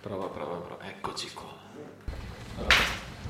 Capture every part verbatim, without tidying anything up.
Prova, prova, prova. Eccoci qua. Allora.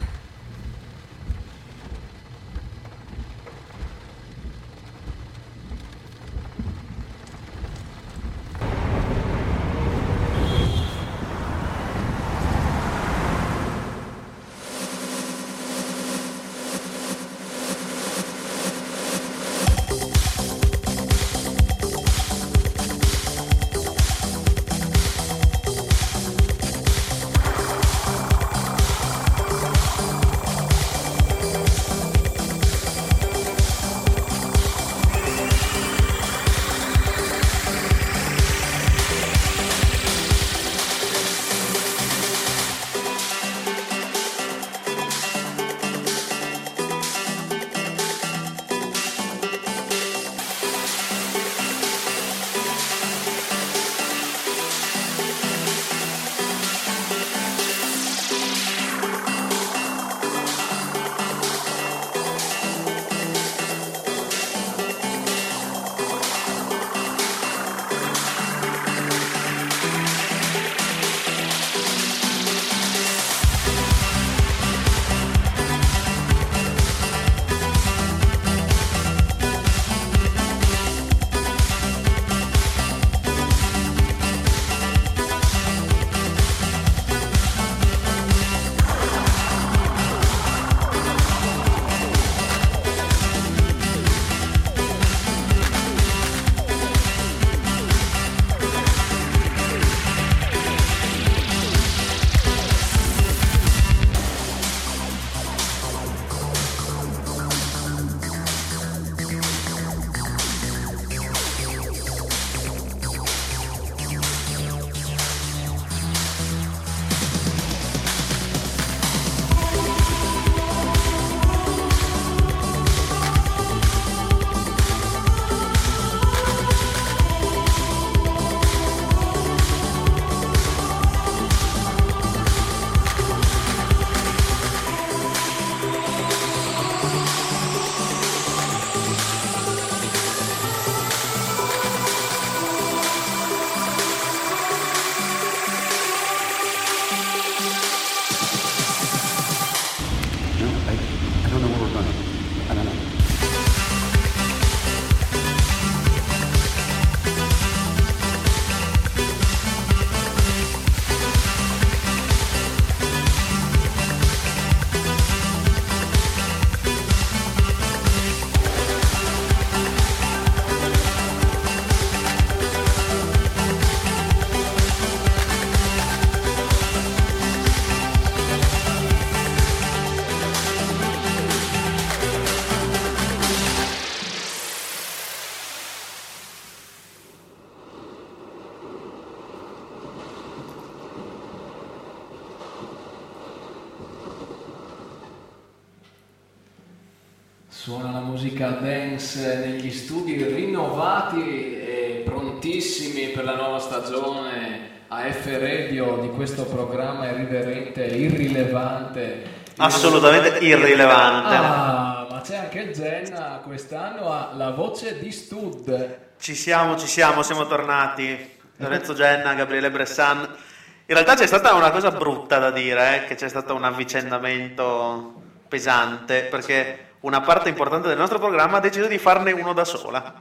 Suona la musica dance negli studi rinnovati e prontissimi per la nuova stagione A F Radio di questo programma irriverente, irrilevante. Assolutamente irrilevante. Ah, ma c'è anche Jenna quest'anno, ha la voce di Stud. Ci siamo, ci siamo, siamo tornati. Lorenzo Genna, Gabriele Bressan. In realtà c'è stata una cosa brutta da dire, eh, che c'è stato un avvicendamento pesante, perché una parte importante del nostro programma ha deciso di farne uno da sola.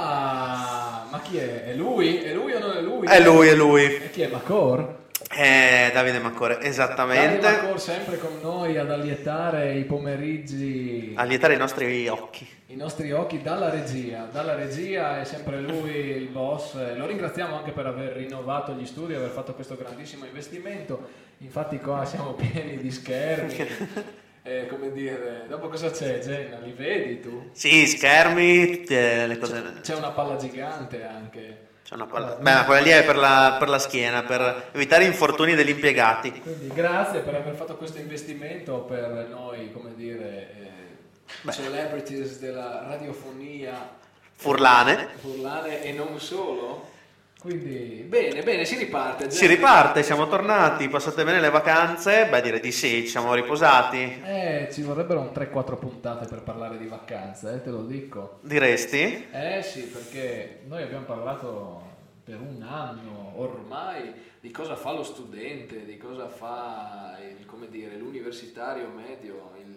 Ah, ma chi è? È lui? È lui o non è lui? È lui, è lui. E chi è? Macor? Eh, Davide Maccore, esattamente. Davide Macor sempre con noi ad allietare i pomeriggi. Allietare i nostri occhi. I nostri occhi dalla regia. Dalla regia è sempre lui il boss. Lo ringraziamo anche per aver rinnovato gli studi, aver fatto questo grandissimo investimento. Infatti qua siamo pieni di schermi. Eh, come dire, dopo cosa c'è, Jenna? Li vedi tu? Sì, schermi, tutte le cose. C'è, c'è una palla gigante anche. C'è una palla. Beh, ma quella lì è per la, per la schiena, per evitare infortuni degli impiegati. Quindi grazie per aver fatto questo investimento per noi, come dire, eh, celebrities della radiofonia Furlane. Furlane e non solo. Quindi bene, bene, si riparte. Si riparte, siamo tornati, passate bene le vacanze? Beh, direi di sì, ci siamo riposati. Eh, ci vorrebbero un tre quattro puntate per parlare di vacanze, eh, te lo dico. Diresti? Eh sì, perché noi abbiamo parlato per un anno ormai di cosa fa lo studente, di cosa fa il, come dire, l'universitario medio, il,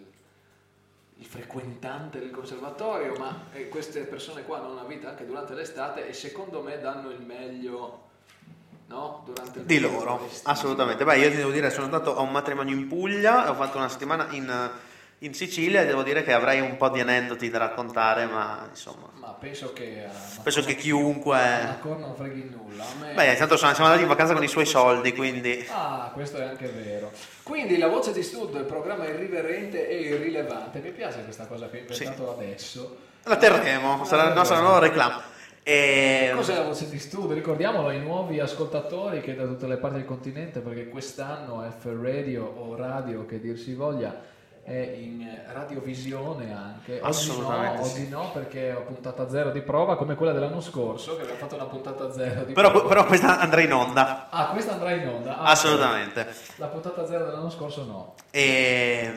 il frequentante del conservatorio, ma eh, queste persone qua hanno una vita anche durante l'estate e secondo me danno il meglio, no? Durante il di loro, assolutamente. Beh, io ti devo dire, sono andato a un matrimonio in Puglia, ho fatto una settimana in, in Sicilia e devo dire che avrei un po' di aneddoti da raccontare, ma insomma... Ma penso che... Uh, penso che chiunque... ancora non freghi nulla. A me... Beh, intanto siamo andati in vacanza con i suoi soldi, quindi... Ah, questo è anche vero. Quindi La Voce di Studio, il programma irriverente e irrilevante. Mi piace questa cosa che ho inventato sì. adesso. La terremo, la sarà il nostro nuovo reclamo. E... cos'è La Voce di Studio? Ricordiamolo ai nuovi ascoltatori che da tutte le parti del continente, perché quest'anno F Radio o radio che dir si voglia è in radiovisione anche. Assolutamente oggi no, sì. oggi no, perché ho puntata zero di prova come quella dell'anno scorso che abbiamo fatto una puntata zero di però, prova. però questa andrà in onda. Ah, questa andrà in onda? Ah, assolutamente. La puntata zero dell'anno scorso no. E...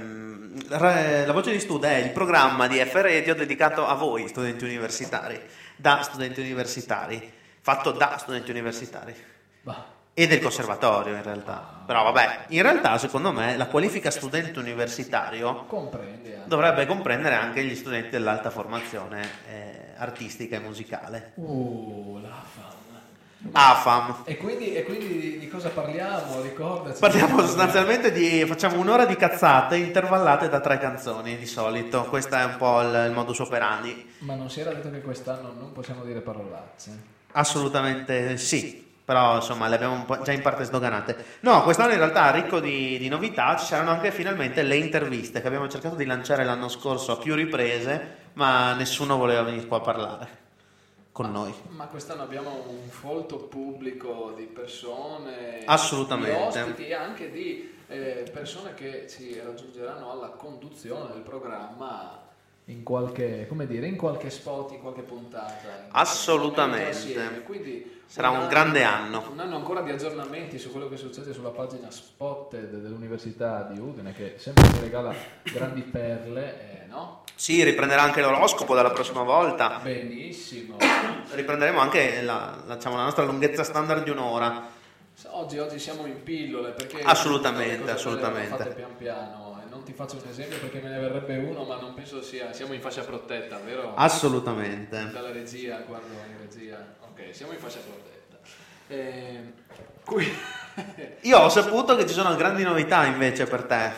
La Voce di Studio è il programma di F Radio dedicato a voi studenti universitari, da studenti universitari, fatto da studenti universitari bah. E del conservatorio in realtà. Però vabbè, in realtà secondo me la qualifica studente universitario comprende anche. Dovrebbe comprendere anche gli studenti dell'alta formazione eh, artistica e musicale. Uh, la fama. A F A M. E quindi, e quindi di, di cosa parliamo? Ricordaci. Parliamo sostanzialmente di... facciamo un'ora di cazzate intervallate da tre canzoni di solito. Questo è un po' il, il modus operandi. Ma non si era detto che quest'anno non possiamo dire parolacce? Assolutamente sì. Però insomma le abbiamo un po' già in parte sdoganate. No, quest'anno in realtà ricco di, di novità, ci saranno anche finalmente le interviste che abbiamo cercato di lanciare l'anno scorso a più riprese, ma nessuno voleva venire qua a parlare con noi. Ma quest'anno abbiamo un folto pubblico di persone, assolutamente, di ospiti e anche di eh, persone che ci raggiungeranno alla conduzione del programma in qualche, come dire, in qualche spot, in qualche puntata. In assolutamente. Quindi sarà un, un anno, grande anno. Un anno ancora di aggiornamenti su quello che succede sulla pagina Spotted dell'Università di Udine, che sempre ci regala grandi perle, eh, no? Sì, riprenderà anche l'oroscopo dalla prossima volta. Benissimo. Riprenderemo anche la, la, diciamo, la nostra lunghezza standard di un'ora. Oggi, oggi siamo in pillole perché assolutamente, assolutamente. Fate pian piano. Non ti faccio un esempio perché me ne verrebbe uno, ma non penso sia. Siamo in fascia protetta, vero? Assolutamente. Dalla regia, guardo in regia. Ok, siamo in fascia protetta. Eh, qui... Io ho saputo che ci sono grandi novità invece per te.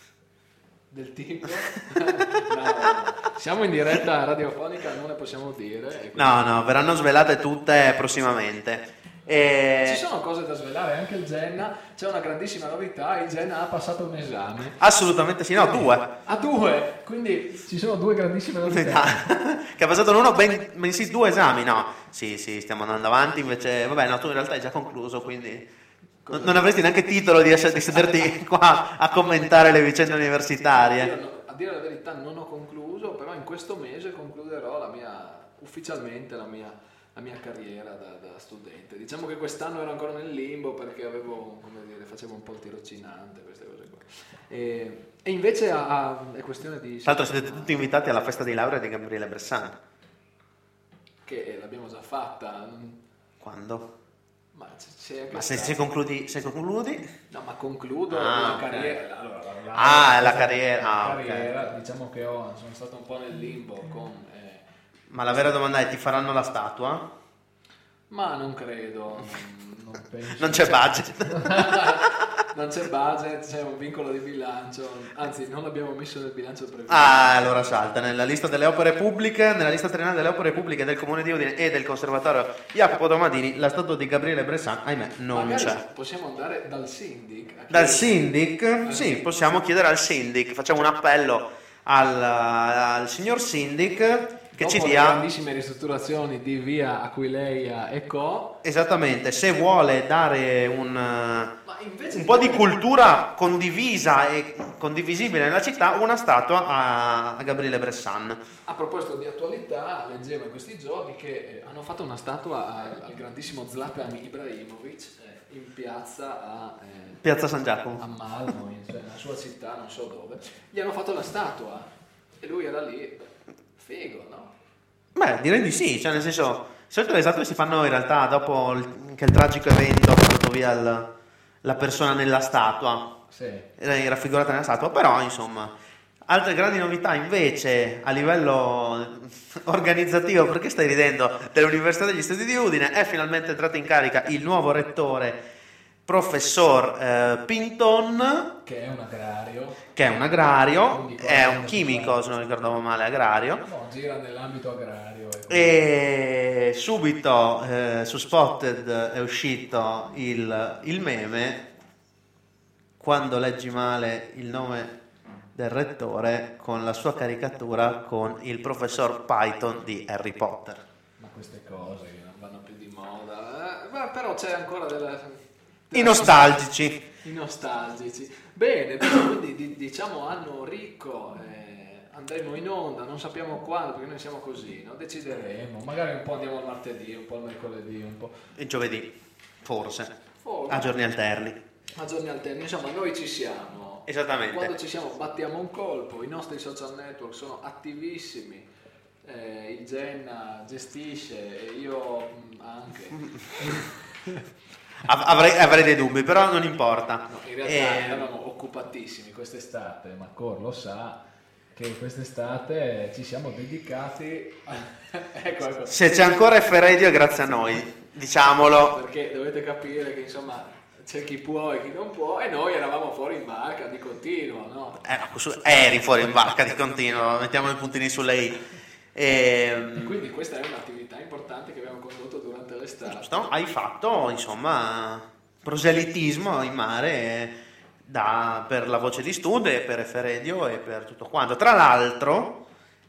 Del tipo? no, no. Siamo in diretta radiofonica, non le possiamo dire. Quindi... No, no, verranno svelate tutte prossimamente. E... ci sono cose da svelare, anche il Genna, c'è una grandissima novità, il Genna ha passato un esame. Assolutamente sì, no, due. A due, quindi ci sono due grandissime novità. Che ha passato uno, ben, bensì due esami, no? Sì, sì, stiamo andando avanti, invece, vabbè, no, tu in realtà hai già concluso, quindi non, non avresti neanche titolo di, essere, di sederti qua a commentare le vicende universitarie. Io, no, a dire la verità non ho concluso, però in questo mese concluderò la mia, ufficialmente la mia... la mia carriera da, da studente. Diciamo che quest'anno ero ancora nel limbo perché avevo, come dire, facevo un po' il tirocinante, queste cose qua. E, e invece a, a, è questione di... Tra l'altro siete tutti invitati alla festa di laurea di Gabriele Bressan. Che l'abbiamo già fatta. Quando? Ma, c'è anche ma se, se concludi se concludi? No, ma concludo ah, la okay. carriera. Allora, la, la, ah, la, la carriera. La ah, carriera, okay. Diciamo che ho, sono stato un po' nel limbo con... Ma la vera domanda è: ti faranno la statua? Ma non credo, non, penso. Non c'è budget. Non c'è budget, c'è un vincolo di bilancio, anzi non l'abbiamo messo nel bilancio previsto. Ah, allora salta nella lista delle opere pubbliche, nella lista triennale delle opere pubbliche del Comune di Udine e del Conservatorio Jacopo Tomadini, la statua di Gabriele Bressan, ahimè, non Magari c'è. Possiamo andare dal Sindic? Dal Sindic? Sì, possiamo chiedere al Sindic, facciamo un appello al, al signor Sindic che dopo ci dia le grandissime ristrutturazioni di via Aquileia e Co. Esattamente, se vuole dare un, un po' di di cultura condivisa e condivisibile nella città, una statua a, a Gabriele Bressan. A proposito di attualità, leggevo in questi giorni che eh, hanno fatto una statua al, al grandissimo Zlatan Ibrahimovic eh, in piazza a eh, Piazza San Giacomo a Malmo, in, cioè, nella sua città, non so dove. Gli hanno fatto la statua e lui era lì. Figo, no? Beh, direi di sì, cioè nel senso, di solito le statue si fanno in realtà dopo il, che il tragico evento via il, la persona nella statua, Sì. era raffigurata nella statua, però insomma. Altre grandi novità invece a livello organizzativo, perché stai ridendo, dell'Università degli Studi di Udine, è finalmente entrato in carica il nuovo rettore, professor eh, Pinton, Che è un agrario. che è un agrario, Quindi è un guarda, chimico se non ricordavo male, agrario, No, gira nell'ambito agrario. ecco. e subito eh, su Spotted è uscito il, il meme, quando leggi male il nome del rettore con la sua caricatura con il professor Python di Harry Potter. Ma queste cose che non vanno più di moda. Eh, ma però c'è ancora della... della I nostalgici. I nostalgici. Bene, bene, quindi di- diciamo anno ricco, eh, andremo in onda, non sappiamo quando, perché noi siamo così, no? Decideremo, magari un po' andiamo al martedì, un po' al mercoledì, un po'... E giovedì, forse, Forse. a giorni alterni. A giorni alterni, insomma noi ci siamo. Esattamente. Quando ci siamo battiamo un colpo, i nostri social network sono attivissimi, eh, il Genna gestisce, e io mh, anche. Av- Avrei, avrei dei dubbi, però non importa. No, in realtà Eh, eravamo occupatissimi quest'estate, ma Cor lo sa che quest'estate ci siamo dedicati a... ecco, ecco. se c'è ancora F Radio è grazie a noi, diciamolo. Perché dovete capire che insomma c'è chi può e chi non può, e noi eravamo fuori in barca di continuo, no? Eh, no, su- eri fuori in barca di continuo, mettiamo i puntini sulle i. Ehm, E quindi questa è un'attività importante che abbiamo condotto durante l'estate. Giusto? Hai fatto, insomma, proselitismo in mare da- per la Voce di Stud e per F Radio e per tutto quanto. Tra l'altro,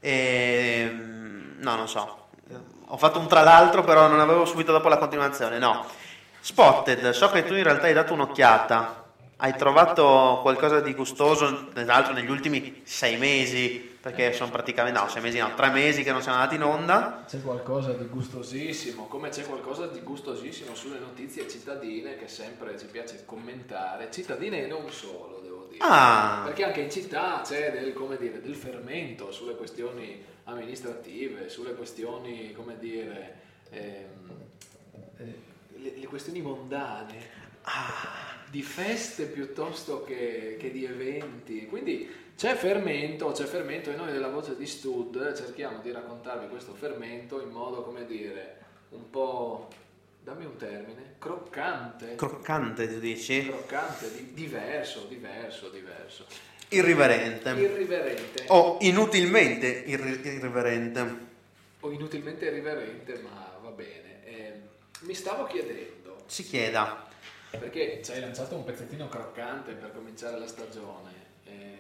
ehm, no, non so, ho fatto un tra l'altro, però non avevo subito dopo la continuazione, no. Spotted, so che tu in realtà hai dato un'occhiata. Hai trovato qualcosa di gustoso, tra l'altro negli ultimi sei mesi, perché sono praticamente, no, sei mesi no, tre mesi che non siamo andati in onda. C'è qualcosa di gustosissimo, come c'è qualcosa di gustosissimo sulle notizie cittadine che sempre ci piace commentare, cittadine e non solo, devo dire. Ah, Perché anche in città c'è del, come dire, del fermento sulle questioni amministrative, sulle questioni, come dire, ehm, eh, le, le questioni mondane, di feste piuttosto che, che di eventi. Quindi c'è fermento, c'è fermento e noi della Voce di Stud cerchiamo di raccontarvi questo fermento in modo, come dire, un po', dammi un termine, croccante. croccante, tu dici? Croccante, di- diverso, diverso, diverso. Irriverente. Irriverente. O inutilmente irri- irriverente. O inutilmente irriverente, ma va bene. Eh, mi stavo chiedendo, Si chieda. perché ci hai lanciato un pezzettino croccante per cominciare la stagione. eh,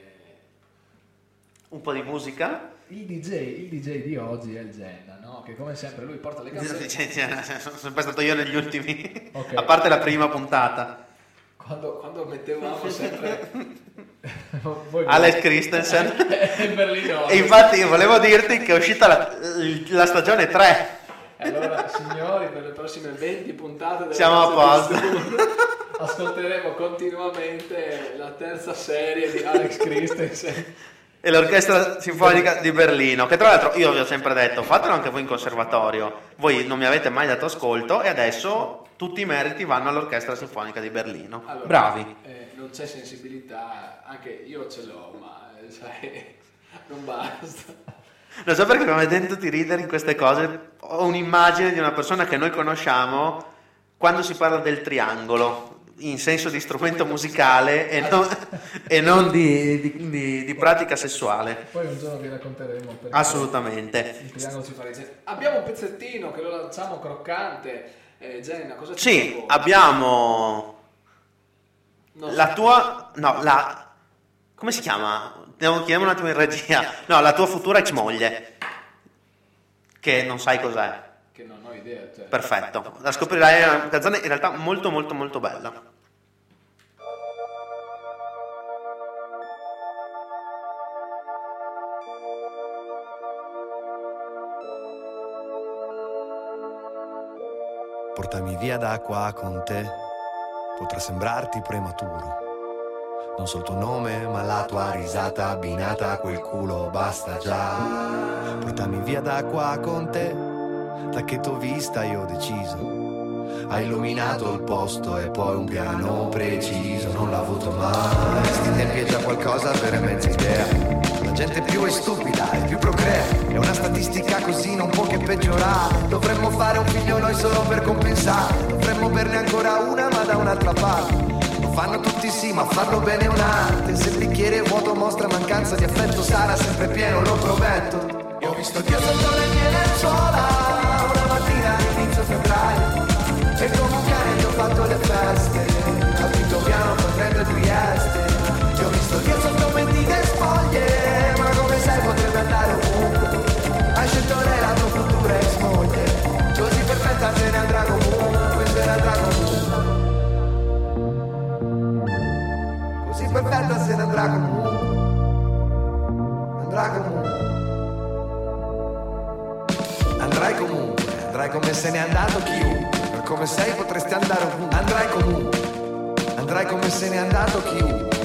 Un po' di musica? il, D J, il D J di oggi è il Genna, no? Che come sempre lui porta le canzoni. Sono sempre stato io negli ultimi, Ok. a parte la prima puntata. Quando, quando mettevamo sempre voi- Alex Christensen. e Berlino. E infatti io volevo dirti che è uscita la, la stagione tre. Allora, signori, per le prossime venti puntate della Siamo a Voce di posto. Stud, ascolteremo continuamente la terza serie di Alex Christensen. E l'Orchestra Sinfonica di Berlino, che tra l'altro io vi ho sempre detto, fatelo anche voi in conservatorio. Voi non mi avete mai dato ascolto e adesso tutti i meriti vanno all'Orchestra Sinfonica di Berlino. Allora, Bravi. eh, non c'è sensibilità, anche io ce l'ho, ma eh, sai, non basta. Lo so perché mi dentro di ridere in queste cose. Ho un'immagine di una persona che noi conosciamo quando si parla del triangolo, in senso di strumento musicale e non, e non di, di- di- di pratica sessuale. Poi un giorno vi racconteremo perché Assolutamente. il triangolo ci fa ridere. Abbiamo un pezzettino che lo lanciamo croccante. Eh, Jenna, cosa ci Sì, proponi? abbiamo Non so. la tua... No, la... Come si chiama? Devo chiedere un attimo in regia. No, la tua futura ex moglie. Che non sai cos'è. Che non ho idea. Cioè. Perfetto. La scoprirai, è una canzone in realtà molto molto molto bella. Portami via da qua con te, potrà sembrarti prematuro. Non so il tuo nome, ma la tua risata abbinata a quel culo basta già. Portami via da qua con te, da che t'ho vista io ho deciso Ha illuminato il posto e poi un piano preciso non l'ha avuto mai. Questi tempi è già qualcosa per mezza idea. La gente più è stupida e più procrea. È una statistica così non può che peggiorare. Dovremmo fare un figlio noi solo per compensare. Dovremmo berne ancora una ma da un'altra parte. Lo fanno tutti sì ma farlo bene è un'arte. Se il bicchiere vuoto mostra mancanza di affetto sarà sempre pieno, lo prometto. Io ho visto Dio sotto le mie lenzuola una mattina all'inizio febbraio. E come un cane ti ho fatto le feste, al quinto piano prendere Trieste. Ti ho visto Dio sotto mentite spoglie, ma come sai potrebbe andare ovunque. Hai scelto lei la tua futura ex moglie, così perfetta se ne andrà comunque, se ne andrà comunque. Così perfetta se ne andrà comunque, andrà comunque. Andrai comunque, andrai come se n'è andato chiunque. Come sei potresti andare ovunque. Andrai comunque, andrai come se n'è andato chiunque.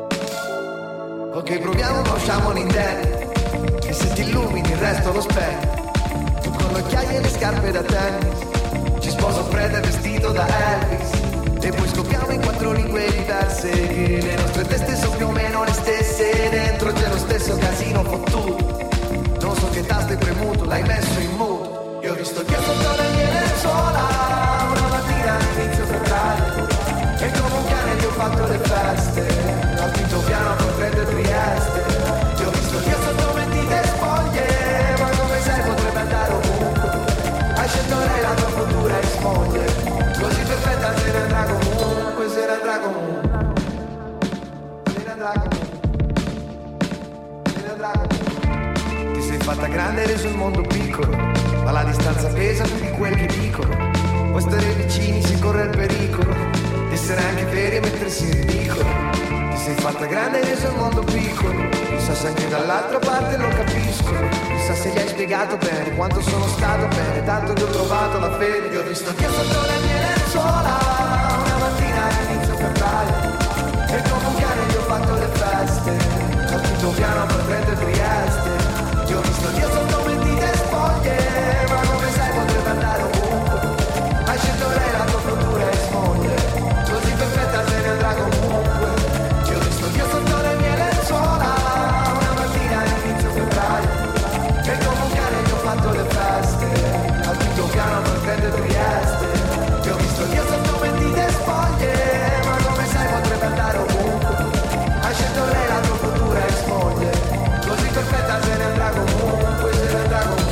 Ok, proviamo ma usciamo l'interno, che se ti illumini il resto lo spegni. Tu con le occhiaie e le scarpe da tennis, ci sposo preda vestito da Elvis. E poi scopriamo in quattro lingue diverse, che le nostre teste sono più o meno le stesse. Dentro c'è lo stesso casino fottuto. Non so che tasto hai premuto, l'hai messo in muto. Io ho visto Dio sotto le mie lenzuola all'inizio febbraio. E come un cane ti ho fatto le feste, al quinto piano per prendere Trieste. Ti ho visto Dio sotto mentite spoglie, ma come sai potrebbe andare ovunque. Hai scelto lei la tua futura ex moglie, così perfetta se ne andrà comunque, se ne andrà comunque. Se ne andrà comunque, se ne andrà comunque. Ti sei fatta grande e reso il mondo piccolo, ma la distanza pesa più di quel che dicono. Puoi stare vicini se corre il pericolo di essere anche veri e mettersi in ridicolo. Ti sei fatta grande e reso il mondo piccolo. Chissà se anche dall'altra parte lo capiscono. Chissà se gli hai spiegato bene quanto sono stato bene. Tanto che ho trovato la fede. Io ho visto Dio sotto le mie lenzuola una mattina all'inizio febbraio. E come un cane ti ho fatto le feste, al quinto piano per prendere Trieste. Ti ho visto Dio sotto mentite spoglie, ma come sai potrebbe andare ovunque. Hai scelto lei la tua futura ex moglie, così perfetta se ne andrà comunque. Ti ho visto Dio sotto le mie lenzuola una mattina all'inizio febbraio. E come un cane ti ho fatto le feste, al quinto piano per prendere Trieste. Ti ho visto Dio sotto mentite spoglie, ma come sai potrebbe andare ovunque. Hai scelto lei la tua futura ex moglie, così perfetta se ne andrà comunque, se ne andrà comunque.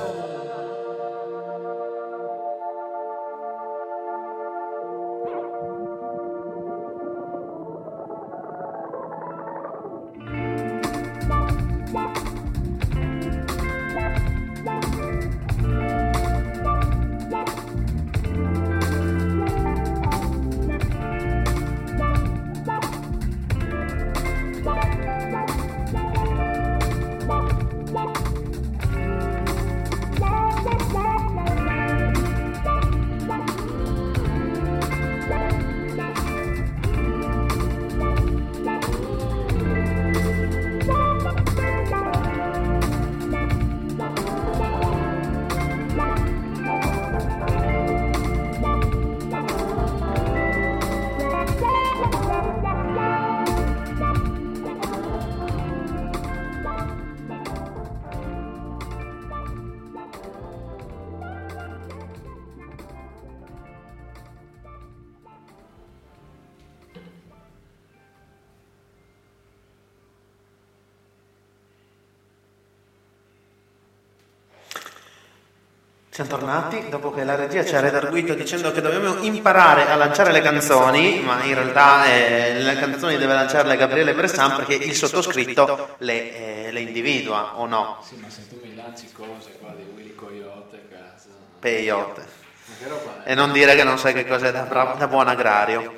Siamo tornati dopo che la regia ci ha redarguito dicendo che dobbiamo imparare a lanciare le canzoni, ma in realtà eh, le canzoni deve lanciarle Gabriele Bressan perché il sottoscritto le, eh, le individua, o no? Sì, ma se tu mi lanci cose qua di Willy Coyote, cazzo. Peyote. Ma che roba è? E non dire che non sai che cos'è da, bra- da buon agrario.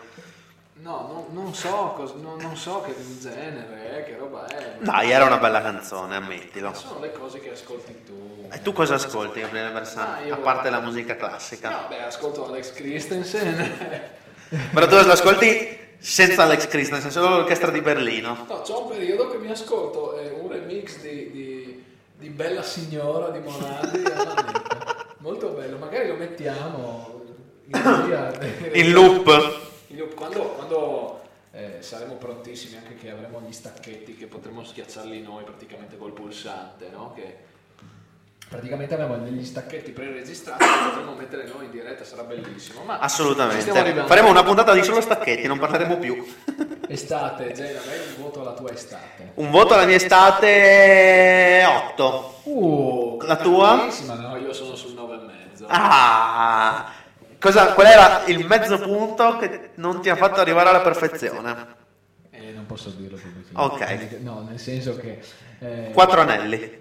No, no, non so, cos- no, non so che genere è, che roba è. Dai, era una bella canzone, ammettilo. Sono le cose che ascolti tu. E tu cosa ascolti, Gabriele Bressan? Ah, io- A parte la musica classica. No, beh, ascolto Alex Christensen. Però tu lo ascolti senza Alex Christensen, solo l'orchestra di Berlino. No, c'è un periodo che mi ascolto eh, un remix di, di, di Bella Signora di Monaldi. Molto bello, magari lo mettiamo in, regia, in loop. In loop. Quando, quando eh, saremo prontissimi, anche che avremo gli stacchetti che potremo schiacciarli noi praticamente col pulsante, no? Che praticamente abbiamo degli stacchetti pre-registrati che potremo mettere noi in diretta, sarà bellissimo. Ma assolutamente. Faremo una puntata di solo stacchetti, non parleremo più. Estate, Gena, dai un voto alla tua estate. Un voto alla mia estate otto. Uh, la tua? Bellissima, no, io sono sul nove e mezzo. Ah, cosa, qual era il mezzo punto che non ti ha fatto arrivare alla perfezione? Eh, non posso dirlo pubblicamente. Ok. No, nel senso che... Eh, Quattro anelli.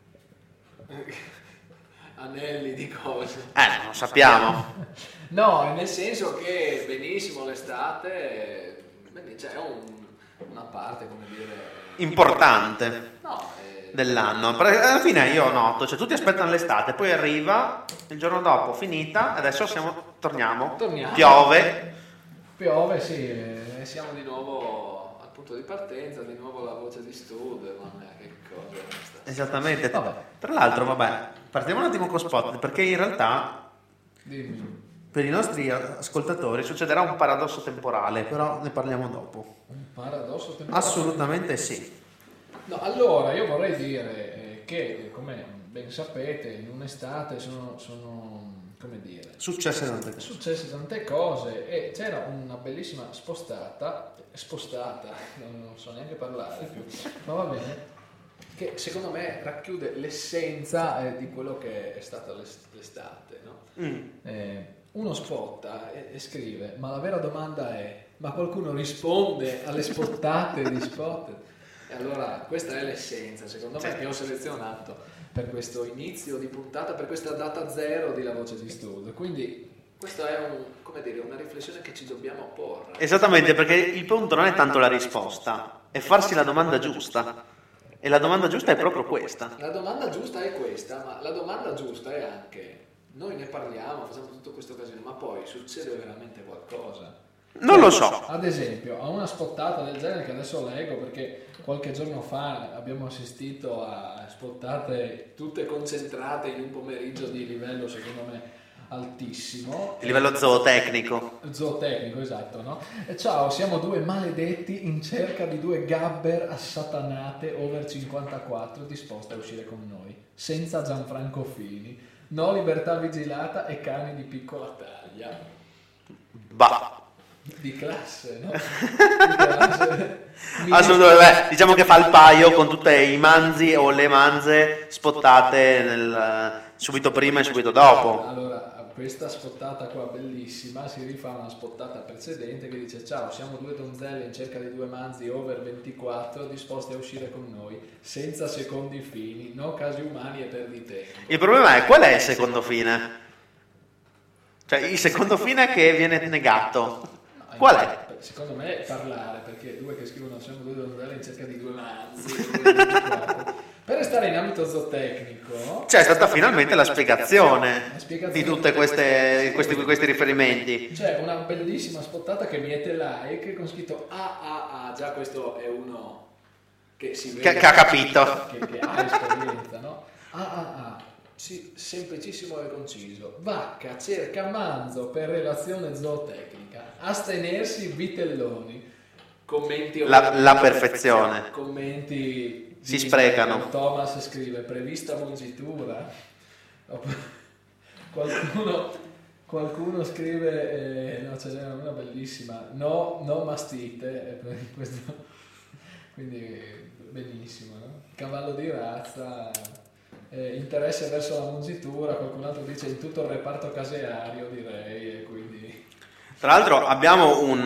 Anelli di cose. Eh, non lo sappiamo. No, nel senso che benissimo l'estate, c'è un, una parte, come dire... Importante. No, eh, dell'anno. Perché alla fine io noto, cioè tutti aspettano l'estate, poi arriva il giorno dopo, finita, adesso siamo, torniamo. Torniamo. Piove. Piove, sì, e siamo di nuovo al punto di partenza, di nuovo la voce di studio, ma che cosa. Esattamente. Vabbè. Tra l'altro, vabbè, partiamo un attimo con Spot, perché in realtà Dimmi. per i nostri ascoltatori succederà un paradosso temporale, però ne parliamo dopo. Un paradosso temporale? Assolutamente sì. No, allora io vorrei dire eh, che, come ben sapete, in un'estate sono, sono come dire, Successe tante cose. successe tante cose e c'era una bellissima spostata, spostata, non, non so neanche parlare più, ma va bene, che secondo me racchiude l'essenza eh, di quello che è stata l'estate, no? Mm. Eh, uno spotta e, e scrive, ma la vera domanda è, ma qualcuno risponde alle spottate di spot? E allora questa è l'essenza, secondo me, che ho selezionato per questo inizio di puntata, per questa data zero di La Voce di Studio. Quindi questa è un, come dire, una riflessione che ci dobbiamo porre. Esattamente, perché il punto non è tanto la risposta, è farsi la domanda giusta. E la domanda giusta è proprio questa. La domanda giusta è questa, ma la domanda giusta è anche, noi ne parliamo, facciamo tutto questo casino, ma poi succede veramente qualcosa? Non lo so. Ad esempio, a una spottata del genere che adesso leggo, perché qualche giorno fa abbiamo assistito a spottate tutte concentrate in un pomeriggio di livello secondo me altissimo. Il livello zootecnico. Zootecnico, esatto, no? E ciao, siamo due maledetti in cerca di due gabber assatanate over cinquantaquattro disposte a uscire con noi, senza Gianfranco Fini, no libertà vigilata e cani di piccola taglia. Bah. Di classe, no? Di classe. Assolutamente, diciamo che fa il paio con tutti i manzi o le manze spottate nel, subito prima e subito dopo. Allora, questa spottata qua bellissima si rifà a una spottata precedente che dice ciao, siamo due donzelle in cerca di due manzi over ventiquattro disposti a uscire con noi, senza secondi fini, no casi umani e perditempo. Il problema è qual è il secondo fine? Cioè il secondo fine che viene negato. Qual è? Secondo me è parlare, perché due che scrivono siamo due donzelle in cerca di due manzi. Per restare in ambito zootecnico c'è stata finalmente la spiegazione, la spiegazione di tutti questi, questi riferimenti. C'è una bellissima spottata che miete like con scritto A A A, già questo è uno che si vede che, che ha capito, che, che ha esperienza, no? A A A, sì, semplicissimo e conciso. Vacca cerca manzo per relazione zootecnica, astenersi vitelloni. Commenti la, la perfezione. Commenti si sprecano. Thomas scrive prevista mungitura. Qualcuno, qualcuno scrive eh, no, c'è una bellissima no, no mastite, questo, quindi benissimo, no? Cavallo di razza, eh, interesse verso la mungitura, qualcun altro dice in tutto il reparto caseario, direi, e quindi tra l'altro abbiamo un,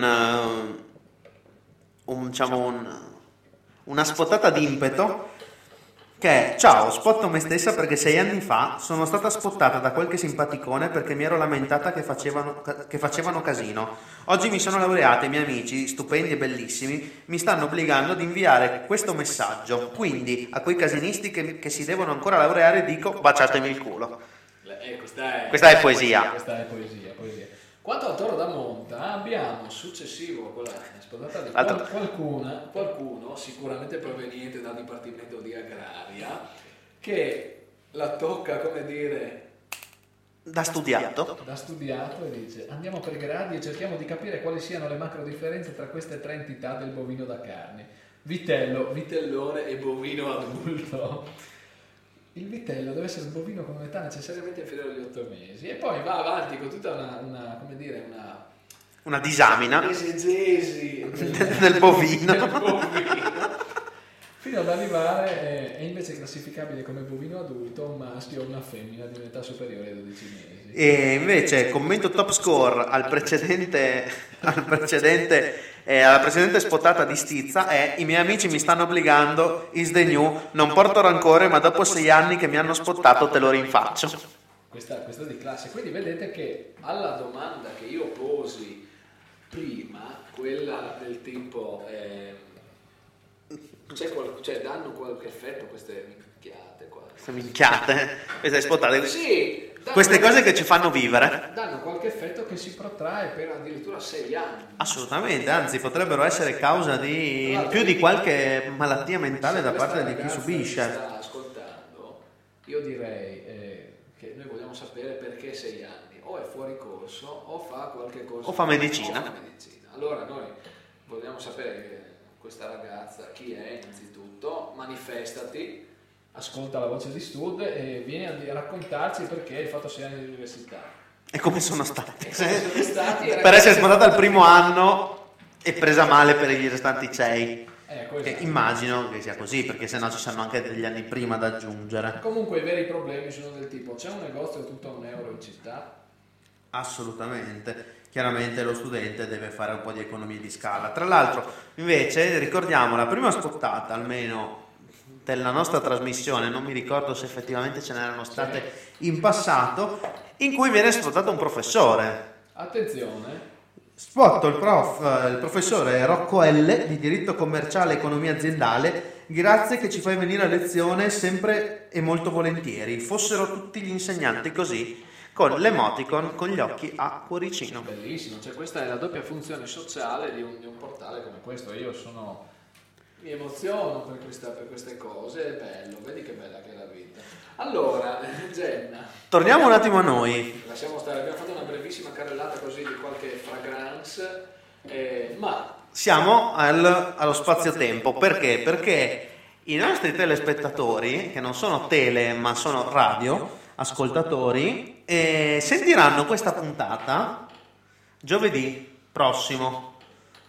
un diciamo un, una spottata d'impeto che è ciao, spotto me stessa perché sei anni fa sono stata spottata da qualche simpaticone perché mi ero lamentata che facevano, che facevano casino. Oggi mi sono laureata e i miei amici, stupendi e bellissimi, mi stanno obbligando ad inviare questo messaggio. Quindi a quei casinisti che, che si devono ancora laureare dico baciatemi il culo. Eh, questa, è, questa è poesia. Questa è poesia, poesia. Quanto al Toro da Monta abbiamo successivo con la spottata di qual- qualcuna, qualcuno sicuramente proveniente dal Dipartimento di Agraria che la tocca, come dire, Da studiato. Da studiato e dice: andiamo per gradi e cerchiamo di capire quali siano le macro differenze tra queste tre entità del bovino da carne: vitello, vitellone e bovino adulto. Il vitello deve essere un bovino con un'età necessariamente inferiore agli otto mesi, e poi va avanti con tutta una, una come dire, una una disamina esegesi del, del bovino, del bovino fino ad arrivare, eh, è invece classificabile come bovino adulto un maschio o una femmina di un'età superiore ai dodici mesi. E invece commento top score al precedente, al precedente eh, alla precedente spotata di Stizza è: i miei amici mi stanno obbligando, is the new, non porto rancore, ma dopo sei anni che mi hanno spottato te lo rinfaccio. Questa, questa di classe. Quindi vedete che alla domanda che io posi prima, quella del tipo eh, c'è, qual- cioè danno qualche effetto queste minchiate qua, Queste minchiate, queste spottate, sì, queste cose che ci fanno vivere, danno qualche effetto che si protrae per addirittura sei anni. assolutamente, anzi potrebbero essere causa di più di qualche malattia mentale da parte di chi subisce. Se sta ascoltando, io direi eh, che noi vogliamo sapere perché sei anni. O è fuori corso o fa qualche corso O fa medicina. o fa medicina. Allora noi vogliamo sapere questa ragazza chi è innanzitutto, manifestati, ascolta la voce di Stud e vieni a raccontarci perché hai fatto sei anni di università. E come sono stati? E come sono stati Per essere spostata al primo anno e presa male per gli restanti sei. Ecco, Che esatto. immagino che sia così, perché sennò ci saranno anche degli anni prima da aggiungere. Comunque i veri problemi sono del tipo: c'è un negozio tutto a un euro in città? Assolutamente. Chiaramente lo studente deve fare un po' di economie di scala. Tra l'altro, invece, ricordiamo la prima spottata, almeno della nostra trasmissione, non mi ricordo se effettivamente ce n'erano state in passato, in cui viene spottato un professore. Attenzione, Spotto il, prof, il professore Rocco L di diritto commerciale e economia aziendale. Grazie che ci fai venire a lezione sempre e molto volentieri. Fossero tutti gli insegnanti così, con l'emoticon con gli occhi a cuoricino. bellissimo, cioè questa è la doppia funzione sociale di un, di un portale come questo. Io sono, mi emoziono per, questa, per queste cose, è bello, vedi che bella che è la vita. Allora, Jenna, Torniamo un attimo a noi. lasciamo stare, abbiamo fatto una brevissima carrellata così di qualche fragrance, eh, ma Siamo al, allo spazio-tempo. Perché? Perché i nostri telespettatori, che non sono tele ma sono radio ascoltatori, eh, sentiranno questa puntata giovedì prossimo.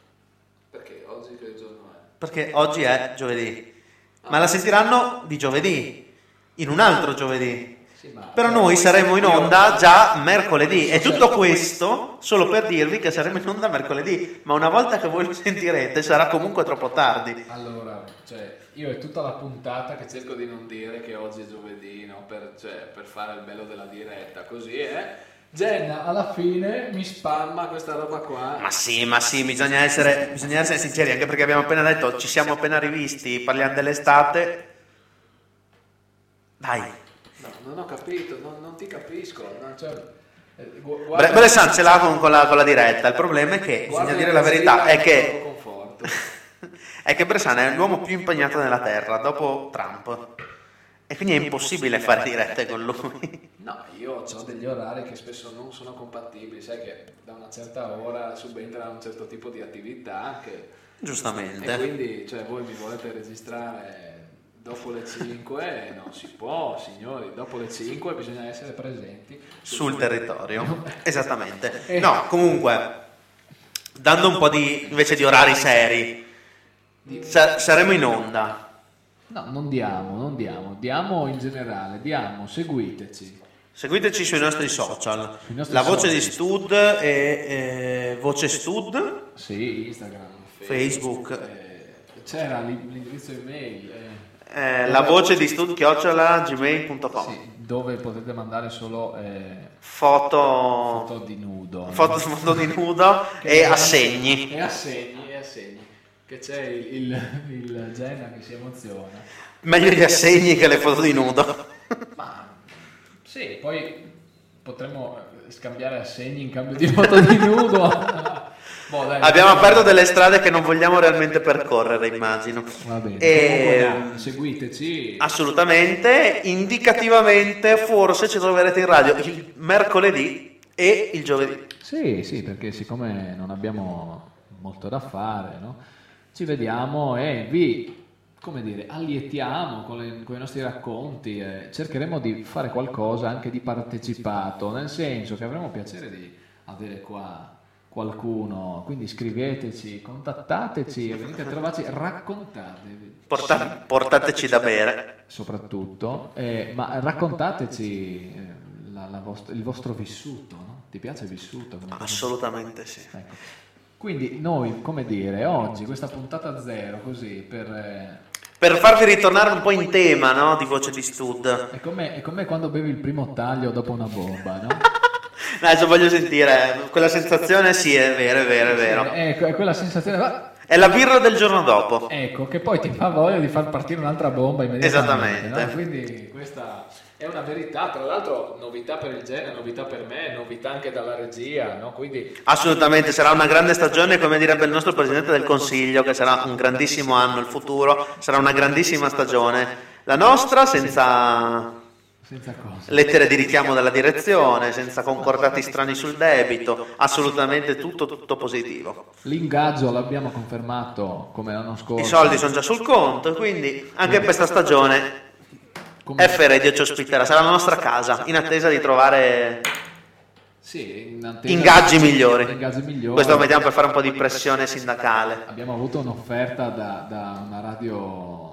perché oggi che giorno è? Perché oggi è giovedì, ma la sentiranno di giovedì, in un altro giovedì. Sì, ma Però noi saremo in onda già mercoledì, e tutto questo solo per dirvi che saremo in onda mercoledì, ma una volta che voi lo sentirete sarà comunque troppo tardi. Allora, cioè, io è tutta la puntata che cerco di non dire che oggi è giovedì, no? per, cioè, per fare il bello della diretta, così è. Jenna alla fine mi spamma questa roba qua. Ma sì, ma sì, bisogna essere, bisogna essere sinceri, anche perché abbiamo appena detto, ci siamo appena rivisti, parliamo dell'estate. Dai. No, non ho capito, non, non ti capisco. No, cioè, eh, gu- Bre- guarda- Bressan ce l'ha con, con, la, con la diretta, il problema è che, guarda bisogna dire il la verità, Brasile è che... con conforto. è che Bressan è l'uomo più impegnato nella terra dopo Trump, e quindi è impossibile fare dirette con lui. No, io ho degli orari che spesso non sono compatibili, sai che da una certa ora subentra un certo tipo di attività che... Giustamente. E quindi, cioè, voi mi volete registrare dopo le cinque? Non si può, signori, dopo le cinque bisogna essere presenti Sul territorio, esattamente. No, comunque, dando un po' di, invece di orari seri, sa- saremo in onda. No, non diamo, non diamo, diamo in generale, diamo, seguiteci. Seguiteci sui nostri social, Sui nostri la voce social. di Stud è eh, Voce Stud, Sì, Instagram, Facebook. eh, c'era l'in- l'indirizzo email, eh, eh, la voce di Stud chiocciola gmail punto com. sì, dove potete mandare solo eh, Foto, foto di nudo. foto, foto di nudo e assegni. E assegni, e assegni. Che c'è il, il, il Jenna che si emoziona. Meglio gli assegni che le foto di nudo. Ma sì, poi potremmo scambiare assegni in cambio di foto di nudo. Boh, dai, Abbiamo dai, aperto dai. delle strade che non vogliamo realmente percorrere, immagino. Va bene. E- Comunque, dai, seguiteci. Assolutamente, indicativamente forse ci troverete in radio il mercoledì e il giovedì. Sì, sì, perché siccome non abbiamo molto da fare, no? Ci vediamo e vi, come dire, allietiamo con, le- con i nostri racconti e cercheremo di fare qualcosa anche di partecipato, nel senso che avremo piacere di avere qua qualcuno, quindi scriveteci, contattateci, venite a trovarci, raccontatevi. Porta- portateci da bere. Soprattutto, eh, ma raccontateci eh, la- la vostra- il vostro vissuto, no? Ti piace il vissuto? Come- Assolutamente sì. Ecco. Quindi noi, come dire, oggi questa puntata zero, così, per... eh, Per farvi ritornare un po' in tema, no? Di Voce di Stud. è come, è come quando bevi il primo taglio dopo una bomba, no? Adesso voglio sentire quella sensazione, sì, è vero, è vero, è vero. Ecco, è quella sensazione... va- È la birra del giorno dopo. Ecco, che poi ti fa voglia di far partire un'altra bomba immediatamente. Esattamente. No? Quindi questa è una verità, tra l'altro novità per il genere, novità per me, novità anche dalla regia, no? Quindi Assolutamente, sarà una grande stagione, come direbbe il nostro Presidente del Consiglio, che sarà un grandissimo anno, il futuro sarà una grandissima stagione. La nostra senza senza cosa. lettere di richiamo dalla direzione, senza concordati strani sul debito, assolutamente tutto, tutto positivo. L'ingaggio l'abbiamo confermato come l'anno scorso. I soldi sono già sul conto, quindi anche questa stagione Come- F Radio ci ospiterà, sarà la nostra casa, in attesa di trovare Sì, in attesa- ingaggi migliori. ingaggi migliori. Questo lo mettiamo per fare un po' di pressione sindacale. Abbiamo avuto un'offerta da, da una radio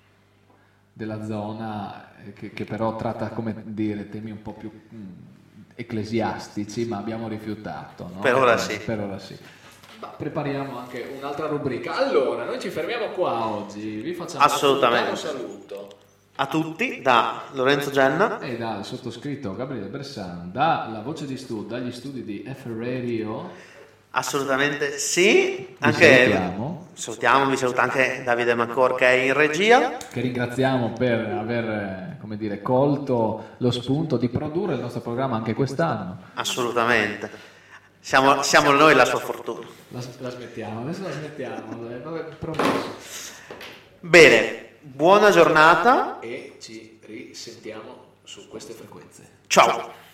della zona eh, che, che però tratta, come dire, temi un po' più mm, ecclesiastici, ma abbiamo rifiutato. No? Per ora Eh, sì. Per ora sì. Ma prepariamo anche un'altra rubrica. Allora, noi ci fermiamo qua oggi. Vi facciamo Assolutamente. un saluto. A tutti da Lorenzo Genna. E dal sottoscritto Gabriele Bressan, da La Voce di Stud, dagli studi di F Radio. Assolutamente sì. Vi Anche salutiamo. salutiamo, vi saluta anche Davide Macor che è in regia. Che ringraziamo per aver eh, come dire, colto lo spunto di produrre il nostro programma anche quest'anno. Assolutamente. Siamo, siamo noi la sua fortuna. La, la smettiamo, adesso la smettiamo, eh, vabbè, promesso. Bene, buona giornata. E ci risentiamo su queste frequenze. Ciao.